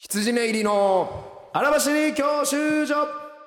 羊ね入りの荒走り教習所。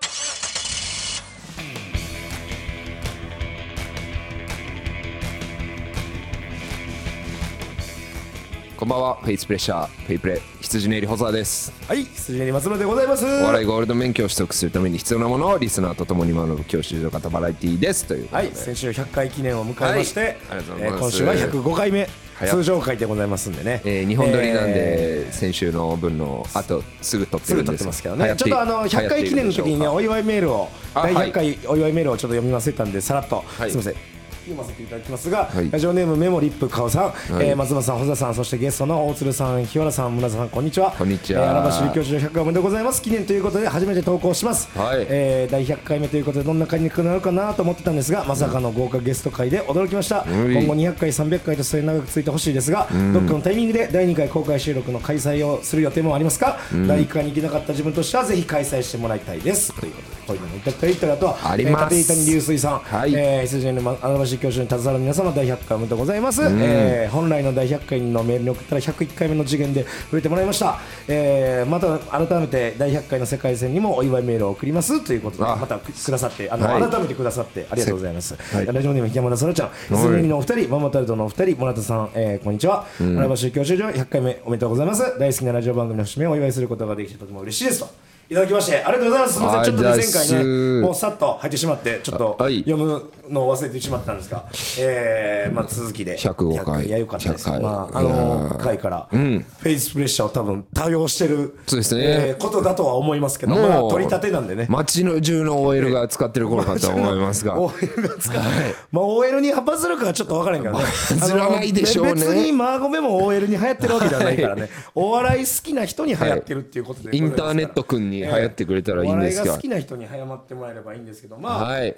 こんばんは。フェイスプレッシャーフェイプレ羊ね入り細田です。 はい、羊ねり松村でございます。 お笑いゴールド免許を取得するために必要なものをリスナーとともに学ぶ教習所型バラエティですということで、 はい、先週100回記念を迎えまして、 はい、ありがとうございます。 今週は105回目通常回でございますんでね、 2本撮りなんで、先週の分のあとすぐ撮ってるんです。 すぐ撮ってますけどね。ちょっと100回記念の時にね、お祝いメールを第100回お祝いメールをちょっと読み忘れたんでさらっと、すいません読ませていただきますが、ラジオネームメモリップ顔さん、松村さん、細田さん、そしてゲストの大鶴さん、日原さん、村田さん、こんにちは。 こんにちは。 荒走り教習所100回おめでとうございます。記念ということで初めて投稿します。第100回目ということでどんな回になるかなと思ってたんですが、まさかの豪華ゲスト回で驚きました。今後200回300回と末長く続いてほしいですが、どっかのタイミングで第2回公開収録の開催をする予定もありますか。第1回に行けなかった自分としてはぜひ開催してもらいたいですということで、こういうのに歌ったり言ったり、あとは立井谷流水さん、羊の荒走り教習に携わる皆様、第100回おめでとうございます。本来の第100回のメールに送ったら101回目の次元で触れてもらいました。また改めて第100回の世界戦にもお祝いメールを送りますということで、またくださって改めてくださってありがとうございます。ラジオネーム山田そらちゃん、羊のお二人、ママタルトのお二人、村田さん、こんにちは。荒走り教習所100回目おめでとうございます。大好きなラジオ番組の節目をお祝いすることができてとても嬉しいですといただきまして、ありがとうございます。すみません、ちょっとね、前回ねもうさっと入ってしまってちょっと読むのを忘れてしまったんですが、続きで 105回、 いやよかったです。回からフェイスプレッシャーを多分多用してることだとは思いますけど、取り立てなんでね、 街の中の OL が使ってる頃かと思いますが、 OL が使う、OL にバズるかはちょっと分からへんからね、 バズらないでしょうね。 別にマーゴメも OL に流行ってるわけではないからね、お笑い好きな人に流行ってるっていうことで、 インターネット君に流行ってくれたらいいんですけど、 お笑いが好きな人に早まってもらえればいいんですけど、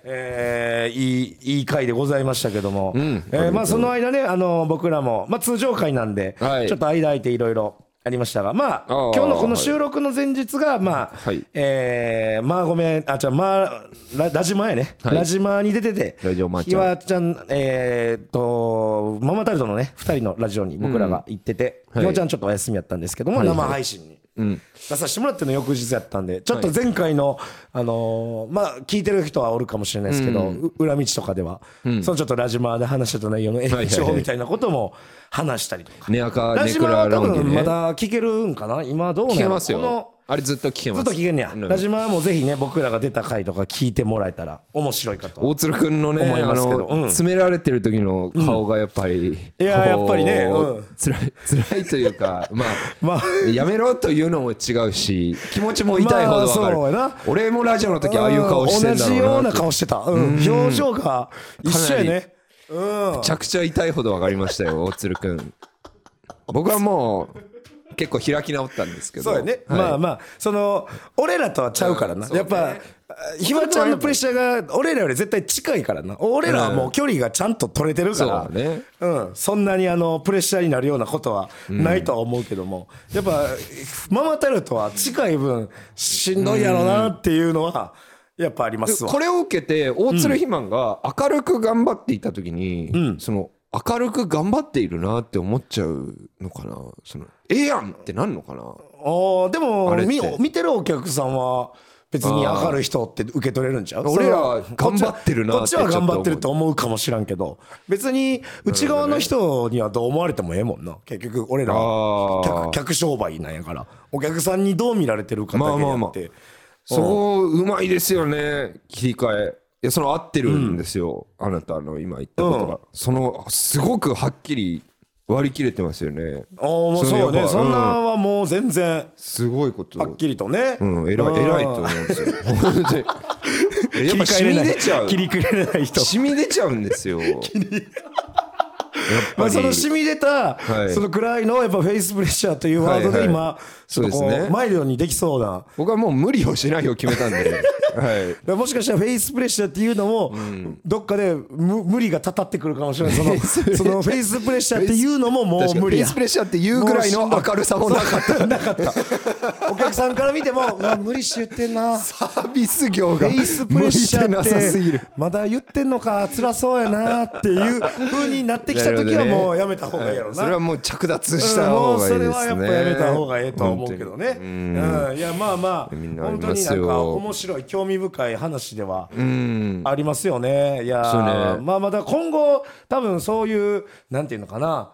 いい回でございましたけども、その間ね、僕らも、通常回なんで、ちょっと間空いていろいろありましたが、今日のこの収録の前日がラジマやね、ラジマに出てて、ひわちゃん、ママタルトのね2人のラジオに僕らが行ってて、ひわちゃんちょっとお休みやったんですけども、生配信に出させてもらっての翌日やったんで、ちょっと前回の聞いてる人はおるかもしれないですけど、裏道とかではそのちょっとラジマで話してた内容の延長みたいなことも話したりとか、ラジマは多分まだ聞けるんかな、今どうなの。聞けますよ、あれずっと聞けます。ずっと聞けんねや。ラジマはもうぜひね、僕らが出た回とか聞いてもらえたら面白いかと。 大鶴くんのね、詰められてる時の顔がやっぱり、 いややっぱりね、 辛いというか、やめろというのも違うし、気持ちも痛いほど分かる。俺もラジオの時ああいう顔してんだろうな。同じような顔してた。表情が一緒やね。 めちゃくちゃ痛いほど分かりましたよ、大鶴くん。僕はもう結構開き直ったんですけど、 そうやね、その俺らとはちゃうからな、やっぱひわちゃんのプレッシャーが俺らより絶対近いからな。俺らはもう距離がちゃんと取れてるから、そんなにプレッシャーになるようなことはないとは思うけども、やっぱママタルトは近い分しんどいやろなっていうのはやっぱありますわ。 これを受けて大鶴肥満が明るく頑張っていた時に、その明るく頑張っているなって思っちゃうのかな、そのやんってなんのかな。 でも見てるお客さんは別に明るい人って受け取れるんちゃう。 俺ら頑張ってるなって、 こっちは頑張ってると思うかもしらんけど、別に内側の人にはどう思われてもええもんな。結局俺らは客商売なんやから、お客さんにどう見られてるかだけであって、 そううまいですよね、切り替え。いや、その合ってるんですよ、あなたの今言ったことが、そのすごくはっきり割り切れてますよね。 そうね、そんなはもう全然すごいことはっきりとね、 偉いと思うんですよ。やっぱ染み出ちゃう、 切り替えれない人染み出ちゃうんですよ。 その染み出たそのくらいのやっぱフェイスプレッシャーというワードで今ちょっとこうマイルドにできそうな。 僕はもう無理をしないを決めたんで、 もしかしたらフェイスプレッシャーっていうのもどっかで無理がたたってくるかもしれない。そのフェイスプレッシャーっていうのももう無理や。 フェイスプレッシャーっていうぐらいの明るさもなかったお客さんから見ても無理して言ってんな、 サービス業がフェイスプレッシャーってまだ言ってんのか辛そうやなっていう風になってきた時はもうやめた方がいいやろな。 それはもう着脱した方がいいですね。 もうそれはやっぱやめた方がいいと思うけどね。いやまあまあ本当になんか面白い興味深い話ではありますよね。いやまあまだ今後多分そういうなんていうのかな、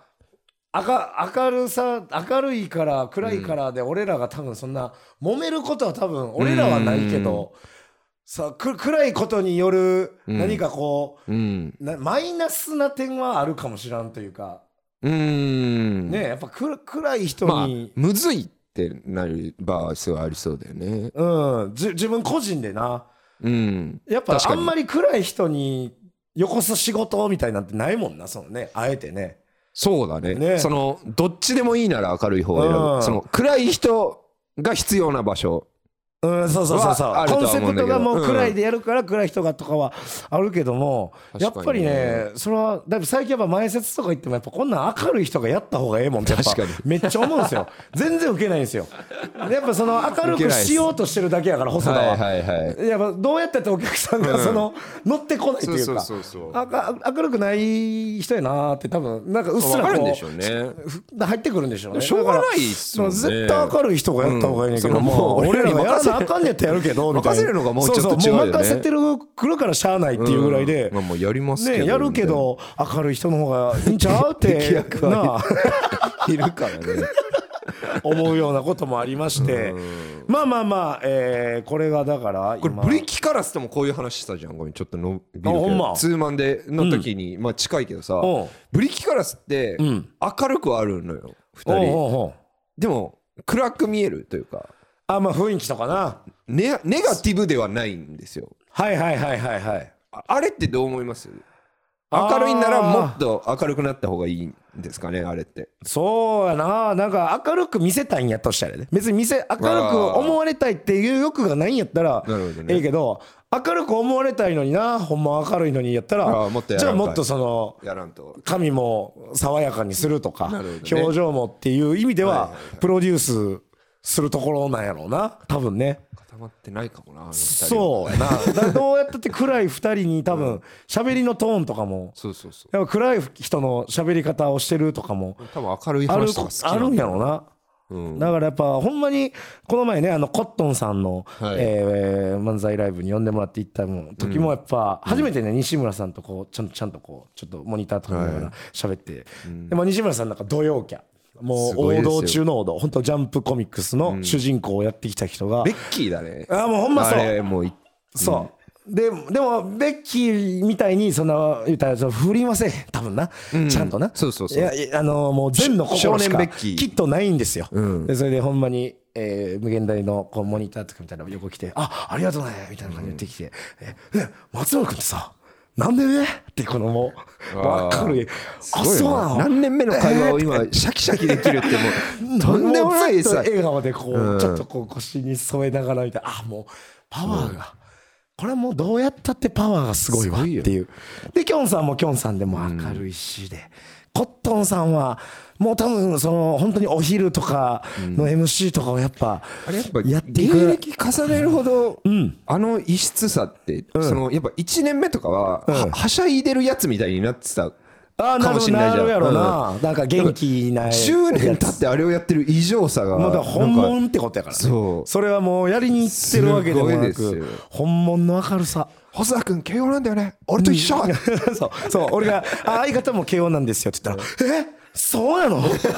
明るいから暗いからで俺らが多分そんな揉めることは多分俺らはないけど、さ暗いことによる何かこう、マイナスな点はあるかもしらんというか、ね、やっぱ暗い人に、 まあ、むずいってなる場合はありそうだよね。 自分個人でな、やっぱあんまり暗い人によこす仕事みたいなんてないもんな、そのね、あえてね。 そうだね。そのどっちでもいいなら明るい方を選ぶ。その暗い人が必要な場所。そうコンセプトがもう暗いでやるから暗い人がとかはあるけども、やっぱりね、それはだいぶ最近やっぱ前説とか言ってもやっぱこんなん明るい人がやった方がええもんってやっぱめっちゃ思うんですよ。全然ウケないんですよ。やっぱその明るくしようとしてるだけやから細田は、やっぱどうやってお客さんがその乗ってこないというか、明るくない人やなって多分なんかうっすらこう入ってくるんでしょうね。しょうがないっすよね。 絶対明るい人がやった方がいいねんけども、俺らがやらなあかんねやったらやるけどみたいな、 任せるのがもうちょっと違うよね。 もう任せてる来るからしゃあないっていうぐらいで、 もうやりますけどね、やるけど明るい人の方がいいんちゃうっているからね思うようなこともありまして、まあまあまあ、これがだからこれブリキカラスともこういう話したじゃん。ごめんちょっと伸びるけど、ツーマンでの時に、まあ近いけどさ、ブリキカラスって明るくはあるのよ2人でも暗く見えるというか、 まあ雰囲気とかな、 ネガティブではないんですよ。あれってどう思います？明るいならもっと明るくなった方がいいんですかね、あれって。 そうやな、なんか明るく見せたいんやとしたらね、別に明るく思われたいっていう欲がないんやったらええけど、明るく思われたいのにな、ほんま明るいのにやったら、じゃあもっとその髪も爽やかにするとか、表情もっていう意味ではプロデュースするところなんやろうな、多分ね。 固まってないかもな。 そうやな。だどうやったって暗い2人に多分喋りのトーンとかも、やっぱ暗い人の喋り方をしてるとかも多分明るい話とか好きあるんやろうな。だからやっぱほんまにこの前ね、コットンさんの漫才ライブに呼んでもらって行った時もやっぱ初めてね、西村さんとこうちゃんとこうちょっとモニターとか見ながら喋って、でも西村さんなんか土曜キャ、もう王道中の王道、本当ジャンプコミックスの主人公をやってきた人が、 ベッキーだね。 もうほんまそう。 あれもうそうでもベッキーみたいにその言ったら振りません多分な、ちゃんとな、いやもう全の心しかきっとないんですよ。でそれでほんまに無限大のこうモニターとかみたいな横来て、ありがとうねみたいな感じで言ってきて、松村君ってさなんでねってこのもう分かる。そうなの。 何年目の会話を今シャキシャキできるってもうとんでもないさ、 笑顔でこうちょっとこう腰に添えながらみたいな、もうパワーが、これはもうどうやったってパワーがすごいわっていう。できょんさんもきょんさんでも明るいしで、コットンさんはもう多分その本当にお昼とかの MC とかをやっぱやっていく、 芸歴重ねるほどあの異質さってそのやっぱ1年目とかははしゃいでるやつみたいになってたかもしれないじゃん。 やろな、なんか元気な 10年経ってあれをやってる異常さがまだ本物ってことやからね。それはもうやりにいってるわけでもなく、本物の明るさ。 細田君慶応なんだよね、俺と一緒そう俺が相方も慶応なんですよって言ったら、そうなの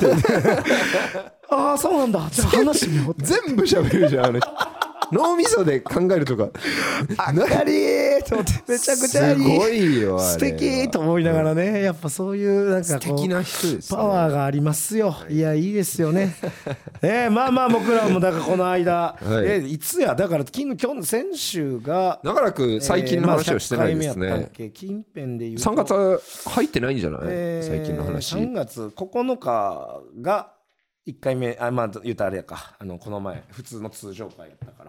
そうなんだ、じゃあ話見よう。 全部喋るじゃん脳みそで考えるとか明るいと思って、めちゃくちゃいい、 すごいよ、 素敵と思いながらね、やっぱそういうなんかこう素敵な人ですね、 パワーがありますよ。いやいいですよねまあ僕らもだからこの間、いつやだから今日先週が長らく最近の話をしてないですね。 近辺でいう 3月入ってないんじゃない、最近の話。 3月9日が1回目、言うたらあれやか、この前普通の通常会やったから、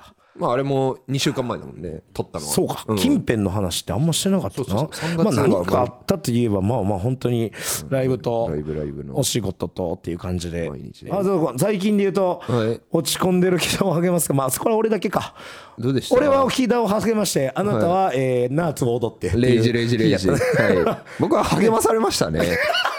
あれも2週間前だもんね、撮ったのは。 そうか、近辺の話ってあんましてなかったな。何かあったといえば本当にライブとお仕事とっていう感じで、最近で言うと落ち込んでる木田を励ますか、そこは俺だけか。 どうでした？ 俺は木田を励まして、あなたはナーツを踊ってレイジ僕は励まされましたね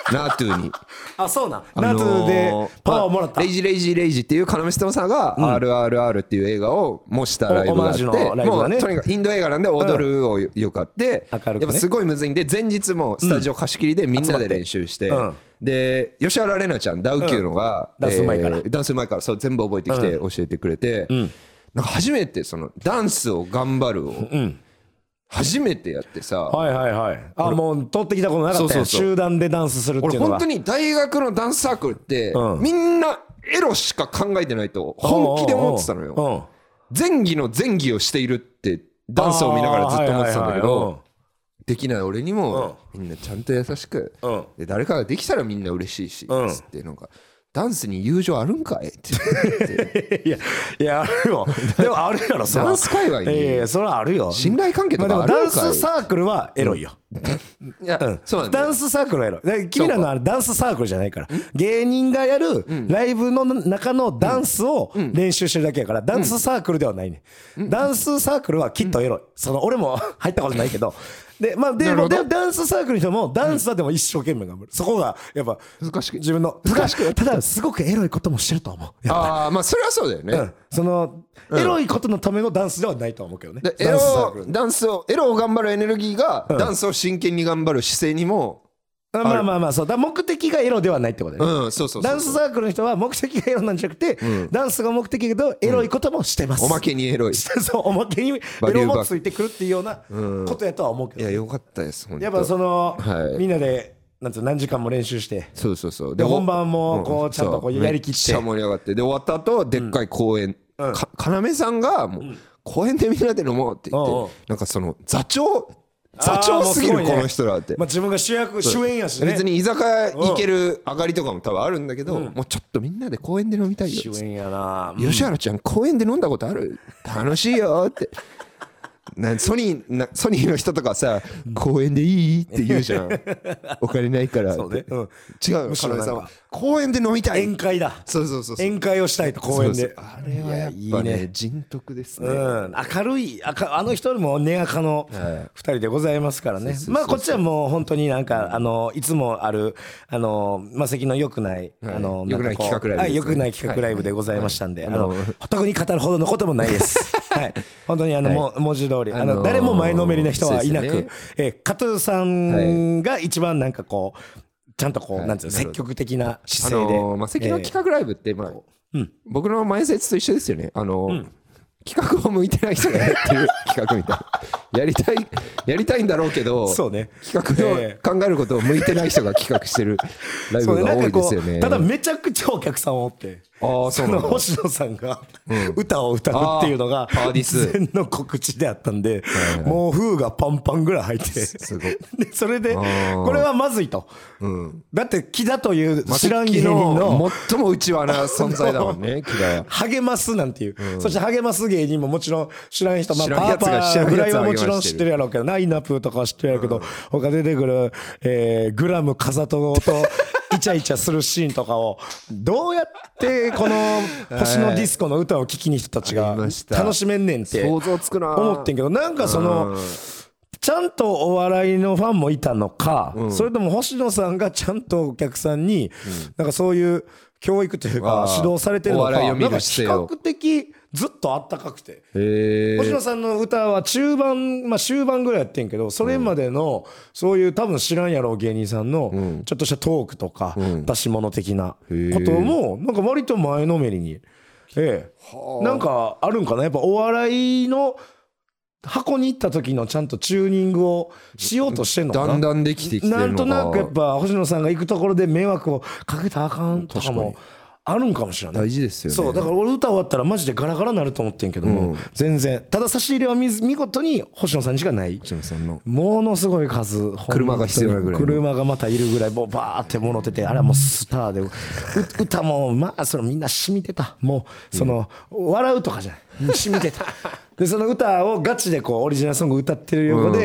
ナートゥーに。 あ、そうな。ナートゥーでパワーをもらった。 レイジっていう要ストさんが RRR っていう映画を模したライブがあって、もうとにかくインド映画なんで踊るをよかって、やっぱすごいむずいんで、前日もスタジオ貸し切りでみんなで練習して、で吉原玲奈ちゃんダウ9のがダンスうまいからそう全部覚えてきて教えてくれて、なんか初めてそのダンスを頑張るを初めてやってさ、 はいはいはい。あ、もう通ってきたことなかったよ。集団でダンスするっていうのが。 俺本当に大学のダンスサークルってみんなエロしか考えてないと本気で思ってたのよ。前儀の前儀をしているってダンスを見ながらずっと思ってたんだけど、できない俺にもみんなちゃんと優しく、で誰かができたらみんな嬉しいしっていうのが、ダンスに友情あるんかいって言っていやあるよ。でもあるやろそれ。 ダンス界隈にそれはあるよ。 信頼関係とかあるんかい。 ダンスサークルはエロいよ。 いやそうなんだよ。 ダンスサークルはエロい。君らのあれダンスサークルじゃないから、芸人がやるライブの中のダンスを練習してるだけやから、ダンスサークルではないね。ダンスサークルはきっとエロい。その俺も入ったことないけど。でまあでもダンスサークルの人もダンスはでも一生懸命頑張る。そこがやっぱ難しく自分のただすごくエロいこともしてると思う。 ああまあそれはそうだよね。 そのエロいことのためのダンスではないと思うけどね。 エロを頑張るエネルギーがダンスを真剣に頑張る姿勢にも。 まあそうだ、目的がエロではないってことね。 そうダンスサークルの人は目的がエロなんじゃなくて、ダンスが目的だけどエロいこともしてます。 おまけにエロい。 そうおまけにエロもついてくるっていうようなことやとは思うけど。 いやよかったです本当。 やっぱそのみんなでなんつう何時間も練習して、 そうで本番もこうちゃんとこうやりきって、めっちゃ盛り上がって、で終わった後でっかい公演、要さんがもう公演でみんなで飲もうって言って、なんかその座長すぎるこの人らって、 まあ自分が主演やしね。 別に居酒屋行ける上がりとかも多分あるんだけど、もうちょっとみんなで公園で飲みたいよ。 主演やな。 吉原ちゃん公園で飲んだことある？楽しいよってソニーの人とかさ、公園でいいって言うじゃん。お金ないから。そうね。違うよ。要さんは公園で飲みたい。 宴会だ。 そう。 宴会をしたいと公園で。 あれはやっぱね人徳ですね。 明るいあの人も根垢の2人でございますからね。まあこっちはもう本当になんかいつもあるマセキの良くない良くない企画ライブ。 良くない企画ライブでございましたんで、特に語るほどのこともないです。はい。本当に文字通り誰も前のめりな人はいなく、カトゥーさんが一番なんかこうちゃんとこうなんていうの積極的な姿勢で、 マセキの企画ライブってまあ僕の前説と一緒ですよね。企画を向いてない人がやってる企画みたいな。やりたいんだろうけど、 そうね、 企画を考えることを向いてない人が企画してるライブが多いですよね。 ただめちゃくちゃお客さんおって、その星野さんが歌を歌うっていうのが事前の告知であったんで、もう封がパンパンぐらい入ってでそれでこれはまずいと、だって木田という知らん芸人の最も内輪な存在だもんね。木田励ますなんていう、そして励ます芸人ももちろん知らん人、まあパーパーぐらいはもちろん知ってるやろうけど、ナイナプーとかは知ってるやろうけど、他出てくるグラム風とイチャイチャするシーンとかをどうやってこの星野ディスコの歌を聴きに人たちが楽しめんねんって思ってんけど、なんかそのちゃんとお笑いのファンもいたのか、それとも星野さんがちゃんとお客さんになんかそういう教育というか指導されてるのか、なんか比較的ずっとあったかくて、星野さんの歌は終盤ぐらいやってんけど、それまでのそういう多分知らんやろう芸人さんのちょっとしたトークとか出し物的なこともなんか割と前のめりになんかあるんかな。やっぱお笑いの箱に行った時のちゃんとチューニングをしようとしてんのかな。 だんだんできてきてるのかなんとなくやっぱ星野さんが行くところで迷惑をかけたらあかんとかもあるんかもしれない。 大事ですよね。 そうだから俺歌終わったらマジでガラガラになると思ってんけども、全然ただ差し入れは見事に星野さんにしかない。 星野さんのものすごい数、 車が必要なぐらい、 車がまたいるぐらいもうバーってもろてて、あれはもうスターで歌もまあそのみんな染みてた。もうその笑うとかじゃない、染みてた。でその歌をガチでこうオリジナルソング歌ってる横で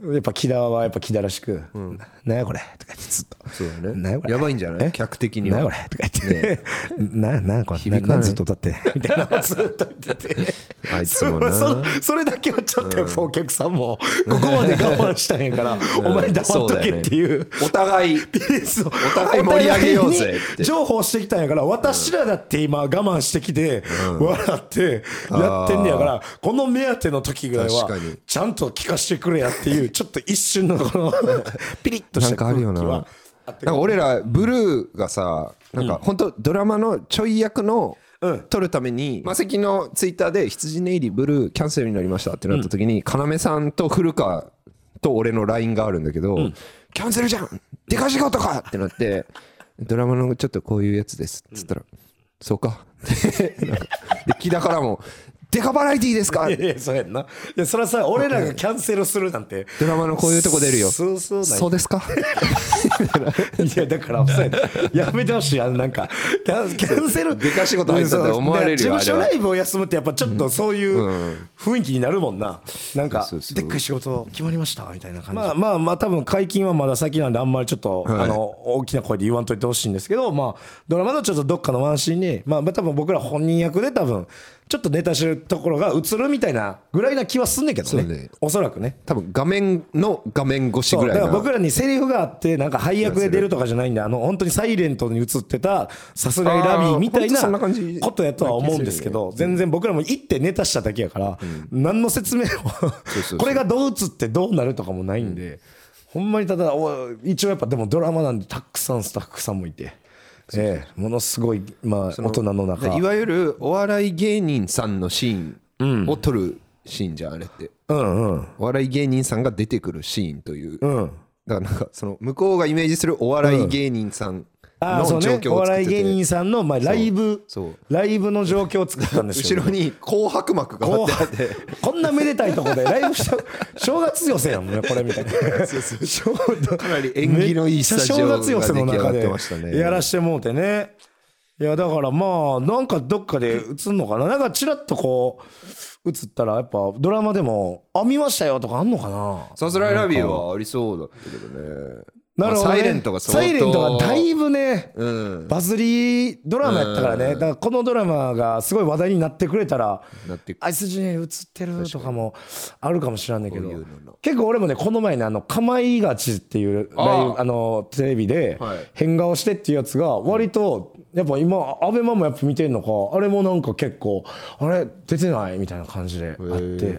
やっぱ木田はやっぱ木田らしく「なんやこれ」とか言ってずっとそうだねやばいんじゃない客的にはなんやこれとか言ってなんやこれなんずっと歌ってみたいなずっと言っててあいつもなそれだけはちょっとやっぱお客さんもここまで我慢したんやからお前黙っとけっていうお互い盛り上げようぜって情報してきたんやから私らだって今我慢してきて笑ってやってんねやからこの目当ての時ぐらいはちゃんと聞かしてくれやっていうちょっと一瞬のこのピリッとした空気はなんか俺らブルーがさなんか本当ドラマのちょい役の撮るためにマセキのツイッターで羊ネイリブルーキャンセルになりましたってなった時に要さんと古川と俺の LINE があるんだけどキャンセルじゃんでか仕事かってなってドラマのちょっとこういうやつですっつったらそうかで木田からもデカバラエティーですか。 いやそうやんな。いやそれはさ俺らがキャンセルするなんてドラマのこういうとこ出るよ。 そうですか。 いやだからやめてほしいなんかキャンセルデカ仕事入ったって思われるよ。 事務所ライブを休むってやっぱちょっとそういう雰囲気になるもんな。なんかでっかい仕事決まりましたみたいな感じ。まあ多分解禁はまだ先なんであんまりちょっと大きな声で言わんといてほしいんですけど、まあドラマのちょっとどっかのワンシーンにまあ多分僕ら本人役で多分ちょっとネタしてるところが映るみたいなぐらいな気はすんねんけどね。おそらくね。 多分画面越しぐらいな。 だから僕らにセリフがあってなんか配役で出るとかじゃないんで本当にサイレントに映ってたさすがにラビーみたいなことやとは思うんですけど、全然僕らも行ってネタしただけやから何の説明をこれがどう映ってどうなるとかもないんで、ほんまにただ一応やっぱでもドラマなんでたくさんスタッフさんもいて。ものすごいまあ大人の中いわゆるお笑い芸人さんのシーンを撮るシーンじゃんあれって、お笑い芸人さんが出てくるシーンという、だからなんかその向こうがイメージするお笑い芸人さんの状況を作ってて、 お笑い芸人さんのまあライブの状況を作ったんですよ。 後ろに紅白幕が貼ってあってこんなめでたいとこでライブした正月寄せやもんねこれみたいな。 かなり縁起のいいスタジオが出来上がってましたね。 やらしてもうてね。いやだからまあなんかどっかで映んのかな。なんかチラッとこう映ったらやっぱドラマでも見ましたよとかあんのかな。 さすらいラビーはありそうだったけどね。 なるほどね、 サイレントがだいぶね、バズりドラマやったからね。だからこのドラマがすごい話題になってくれたらあいつジュニア映ってるとかもあるかもしれないけど、結構俺もねこの前ねかまいがちっていうテレビで変顔してっていうやつが割とやっぱ今アベマもやっぱ見てんのか、あれもなんか結構あれ出てないみたいな感じであって、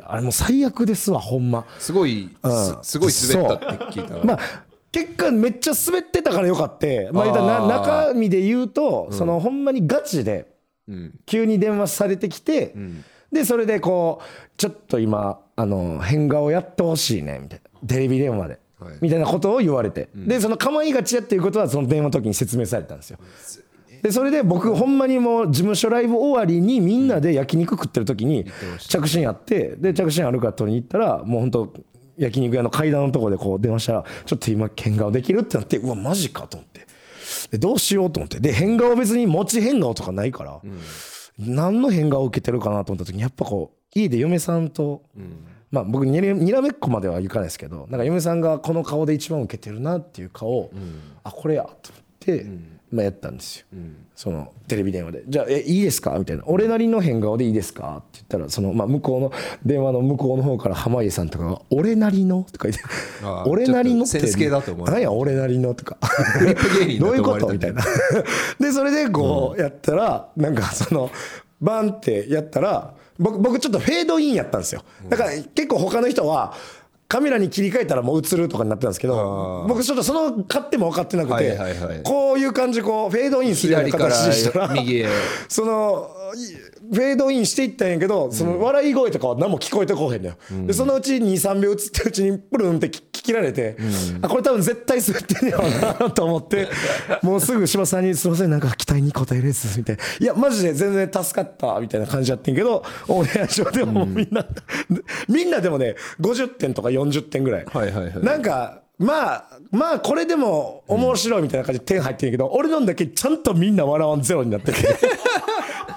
あれもう最悪ですわほんま。 すごい滑ったって聞いた。 まあ結果めっちゃ滑ってたからよかって、まあ、中身で言うと、そのほんまにガチで急に電話されてきて、でそれでこうちょっと今変顔やってほしいねみたいなテレビ電話で、みたいなことを言われて、でそのかまいがちやっていうことはその電話の時に説明されたんですよ。でそれで僕ほんまにもう事務所ライブ終わりにみんなで焼肉食ってる時に着信あって、で着信あるから取りに行ったらもうほんと焼肉屋の階段のところでこう電話したらちょっと今変顔できるってなって、うわマジかと思って、でどうしようと思って、で変顔別に持ち変顔とかないから、何の変顔を受けてるかなと思った時にやっぱこう家で嫁さんと、まあ僕にらめっこまではいかないですけど、なんか嫁さんがこの顔で一番受けてるなっていう顔を、あこれやと思って、まあやったんですよ、そのテレビ電話で。じゃあいいですかみたいな、俺なりの変顔でいいですかって言ったら、そのまあ向こうの電話の向こうの方から濱家さんとかが俺なりのとか言って俺なりのって何や俺なりのとかどういうことみたいなでそれでこうやったらなんかそのバンってやったら僕ちょっとフェードインやったんですよ。だから結構他の人はカメラに切り替えたらもう映るとかになってたんですけど、僕ちょっとその勝手も分かってなくて、こういう感じこうフェードインするような形でしたらそのフェードインしていったんやけど、その笑い声とかは何も聞こえてこうへんのよ、でそのうち 2,3 秒映ってるうちにプルンって聞きられて、あこれ多分絶対滑ってんねやろなと思ってもうすぐ柴さんにすいませんなんか期待に応えれずみたいな、いやマジで全然助かったみたいな感じやってんけど、オンエア上でもみんなでもね50点とか40点ぐらい、なんかまあこれでも面白いみたいな感じで点入ってんけど、俺のんだけちゃんとみんな笑わんゼロになっててち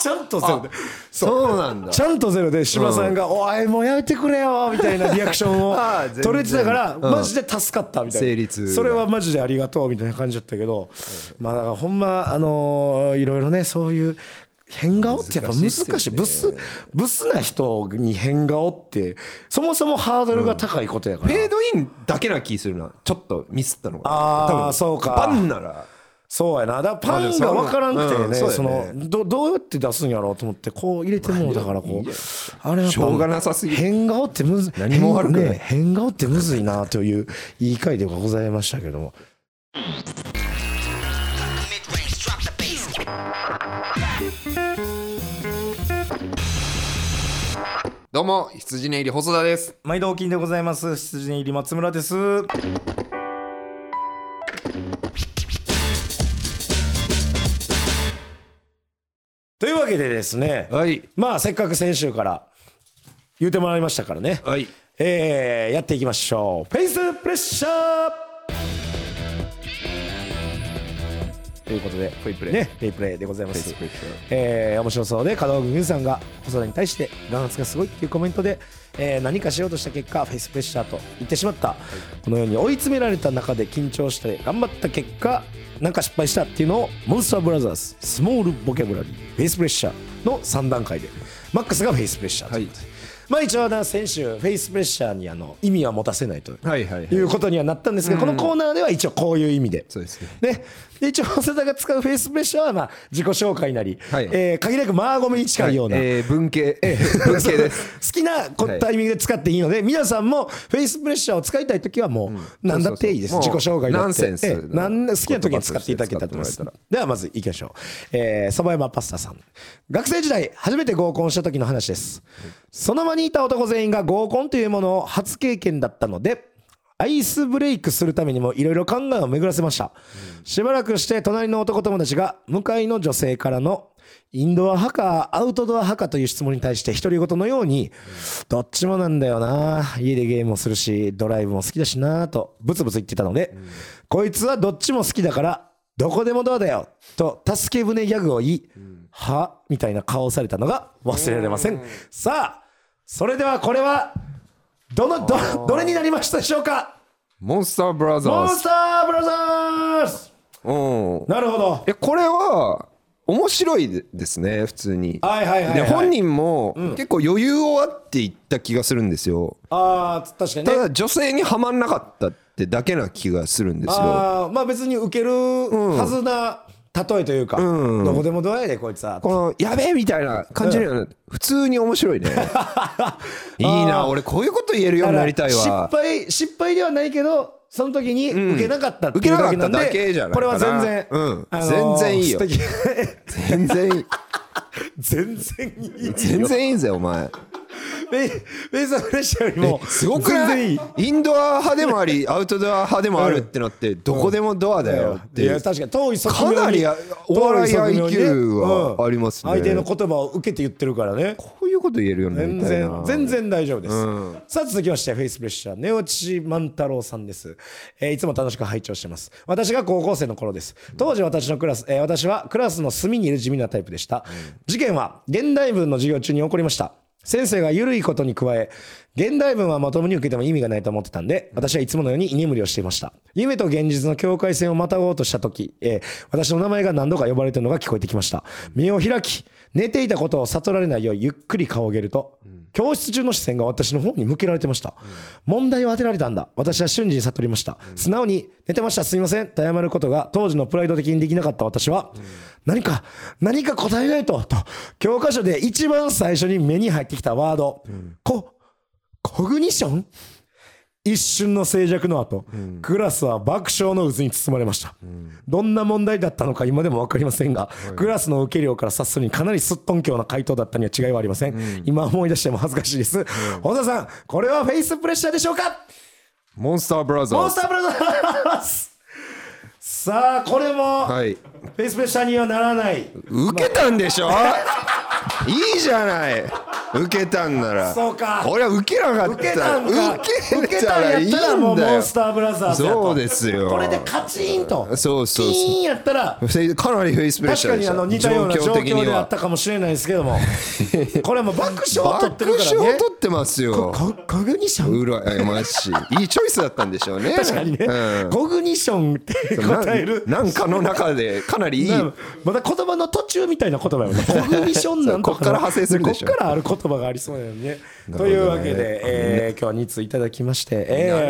ちゃんとゼロでそうなんだ。 ちゃんとゼロで柴さんがおいもうやめてくれよみたいなリアクションを取れてたからマジで助かったみたいな、 成立。 それはマジでありがとうみたいな感じだったけど、まあだからほんまいろいろねそういう変顔ってやっぱ難しい。ブスな人に変顔ってそもそもハードルが高いことやから、 フェードインだけな気するな。ちょっとミスったのが。 ああそうか。 パンならそうやな。だからパンが分からんくてね、そのどうやって出すんやろうと思ってこう入れてもうだからこうあれやっぱしょうがなさすぎる。 変顔ってむずい。 何も悪くない。 変顔ってむずいなという言い換えではございましたけども。 どうも羊ね入り細田です。 毎度お金でございます。羊ね入り松村です。というわけでですね、 はい、 まあせっかく先週から言うてもらいましたからね、 はい、 やっていきましょう。フェイスプレッシャーということでフェイプレイね、フェイプレイでございます。面白そうで門脇麦さんが細田に対して眼圧がすごいっていうコメントで、何かしようとした結果フェイスプレッシャーと言ってしまった、はい、このように追い詰められた中で緊張して頑張った結果なんか失敗したっていうのをモンスターブラザーズスモールボキャブラリーフェイスプレッシャーの3段階でマックスがフェイスプレッシャーということで、はい、まあ一応先週フェイスプレッシャーに意味は持たせないということにはなったんですけど、このコーナーでは一応こういう意味で、 そうですね。 で一応細田が使うフェイスプレッシャーはまあ自己紹介なり、限りなくマーゴメに近いような、 文系です好きなタイミングで使っていいので、皆さんもフェイスプレッシャーを使いたいときはもう何だっていいです。自己紹介だってナンセンス好きな時に使っていただけたと思います。ではまずいきましょう。サバヤマパスタさん、学生時代初めて合コンした時の話です。その場にいた男全員が合コンというものを初経験だったのでアイスブレイクするためにもいろいろ考えを巡らせました。しばらくして隣の男友達が向かいの女性からのインドア派かアウトドア派かという質問に対して独り言のようにどっちもなんだよな、家でゲームもするしドライブも好きだしなとブツブツ言ってたので、こいつはどっちも好きだからどこでもどうだよと助け舟ギャグを言い、はみたいな顔をされたのが忘れられません。さあそれではこれはどれになりましたでしょうか。 モンスターブラザーズ。 モンスターブラザーズ。なるほど。 これは面白いですね普通に。 で本人も結構余裕をあって言った気がするんですよ。 確かにね。 ただ女性にはまんなかったってだけな気がするんですよ。 まあ別に受けるはずな例えというか、どこでもドアやでこいつはこのやべえみたいな感じで普通に面白いね。いいな、俺こういうこと言えるようになりたいわ。 失敗ではないけどその時に受けなかったっていうだけなんで、 だけじゃないかな。 これは全然、 全然いいよ。全然いい。 全然いいよ。 全然いいぜお前。 フェイスプレッシャーよりもすごくない？インドア派でもありアウトドア派でもあるってなってどこでもドアだよっていう。 いや確かに遠い側面かなりお笑い IQ はありますね。 相手の言葉を受けて言ってるからね。 こういうこと言えるようになりたいな。 全然大丈夫です。さあ続きましてフェイスプレッシャーネオチ万太郎さんです。いつも楽しく拝聴してます。私が高校生の頃です。当時私はクラスの隅にいる地味なタイプでした。事件は現代文の授業中に起こりました。先生が緩いことに加え現代文はまともに受けても意味がないと思ってたんで、私はいつものように居眠りをしていました。夢と現実の境界線をまたごうとした時、私の名前が何度か呼ばれているのが聞こえてきました。目を開き寝ていたことを悟られないようゆっくり顔を上げると、教室中の視線が私の方に向けられてました。問題を当てられたんだ。私は瞬時に悟りました。素直に寝てましたすみませんと謝ることが当時のプライド的にできなかった私は、何か答えないと教科書で一番最初に目に入ってきたワード、コグニション、一瞬の静寂の後、クラスは爆笑の渦に包まれました。どんな問題だったのか今でも分かりませんが、クラスの受け量から察するにかなりすっとんきょうな回答だったには違いはありません。今思い出しても恥ずかしいです。小田さん、これはフェイスプレッシャーでしょうか。 モンスターブラザーズ。 モンスターブラザーズ。さあこれもフェイスプレッシャーにはならない。 受けたんでしょ。いいじゃない。 受けたんならそうか俺は受けなかった。 受けたんやったらもうモンスターブラザーズやと。 そうですよ。 これでカチーンとそうキーンやったらかなりフェイスプレッシャーでした。 確かに似たような状況であったかもしれないですけどもこれはもう爆笑を取ってるからね。 爆笑を取ってますよ。 コグニションうらやましい。いいチョイスだったんでしょうね。 確かにね、コグニションって答えるなんかの中でかなりいいまだ言葉の途中みたいな言葉よね。コグニションなんとかこっから派生するでしょ。 こっからある言葉がありそうだよね。というわけで、今日は2通いただきまして、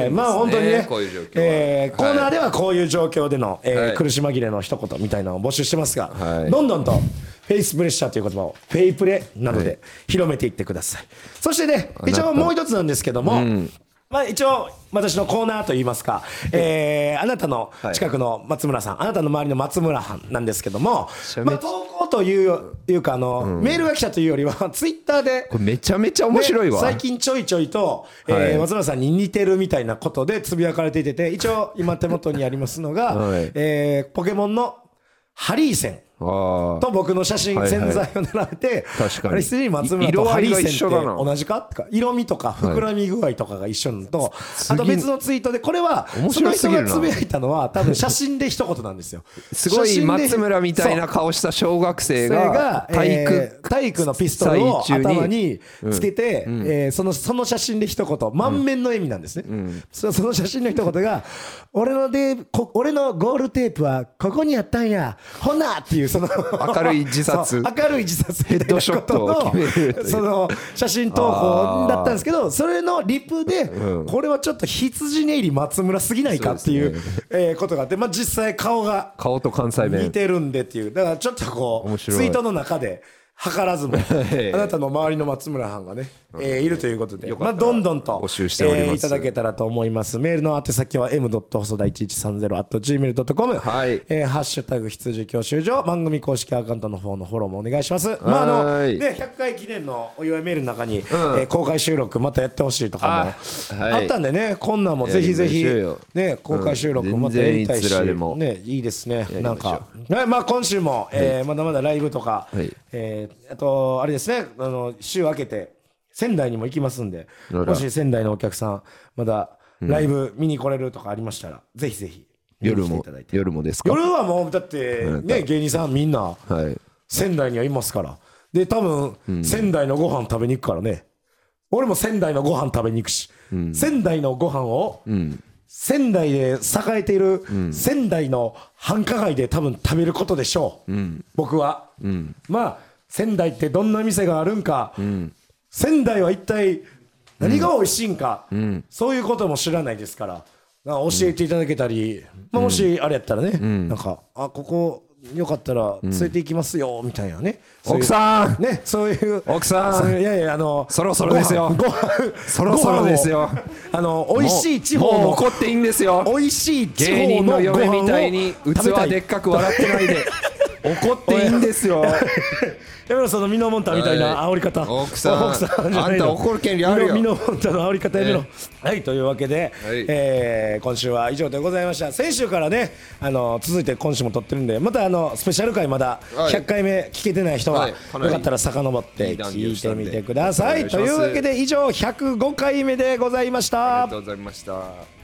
まあ本当にねこういう状況コーナーではこういう状況での、苦し紛れの一言みたいなのを募集してますが、どんどんとフェイスプレッシャーという言葉をフェイプレなどで広めていってください。そしてね、一応もう一つなんですけども、まあ一応私のコーナーといいますか、あなたの近くの松村さん、あなたの周りの松村さんなんですけども、まあ投稿というかメールが来たというよりはツイッターでこれめちゃめちゃ面白いわ。 最近ちょいちょいと松村さんに似てるみたいなことでつぶやかれていて、一応今手元にありますのがポケモンのハリーセンと僕の写真、洗剤を並べて、あれすでに松村とハリーセンって同じかとか、色味とか膨らみ具合とかが一緒なのと、あと別のツイートで、これはその人がつぶやいたのは多分写真で一言なんですよ。 すごい松村みたいな顔した小学生が体育のピストルを頭につけて、その写真で一言、満面の笑みなんですね。その写真の一言が、俺のゴールテープはここにあったんや、ほなっていう、その明るい自殺ヘッドショットを決めるその写真投稿だったんですけど、それのリプでこれはちょっと羊ね入り松村すぎないかっていうことがあって、まあ実際顔と関西弁似てるんでっていう、だからちょっとこうツイートの中で図らずもあなたの周りの松村さんがねいるということで、まあどんどんと募集しております。 いただけたらと思います。メールの宛先は m. 細田1130 @gmail.com、ハッシュタグ羊教習所、番組公式アカウントの方のフォローもお願いします。まあ100回記念のお祝いメールの中に公開収録またやってほしいとかもあったんでね、こんなんもぜひぜひね公開収録またやりたいしね、いいですね。なんかまあ今週もまだまだライブとかあとあれですね、週明けて仙台にも行きますんで、もし仙台のお客さんまだライブ見に来れるとかありましたら、ぜひぜひ夜もですか？ 夜はもうだってね、芸人さんみんな仙台にはいますから、で多分仙台のご飯食べに行くからね、俺も仙台のご飯食べに行くし、仙台のご飯を仙台で栄えている仙台の繁華街で多分食べることでしょう、僕は。まあ仙台ってどんな店があるんか、仙台は一体何が美味しいんか、そういうことも知らないですから、教えていただけたり、もしあれやったらね、なんかここよかったら連れて行きますよみたいなね、 奥さんね、そういう奥さん、 いやいやそろそろですよ、そろそろですよ、 美味しい地方の怒っていいんですよ、 美味しい地芸人の方の嫁みたいに器でっかく笑ってないで怒っていいんですよ。 やめろそのミノモンタみたいな煽り方、 奥さんあんた怒る権利あるよ、 ミノモンタの煽り方やめろ。はい、というわけで今週は以上でございました。先週からね続いて今週も撮ってるんで、またスペシャル回まだ100回目聞けてない人はよかったら遡って聞いてみてください。というわけで以上105回目でございました。 ありがとうございました。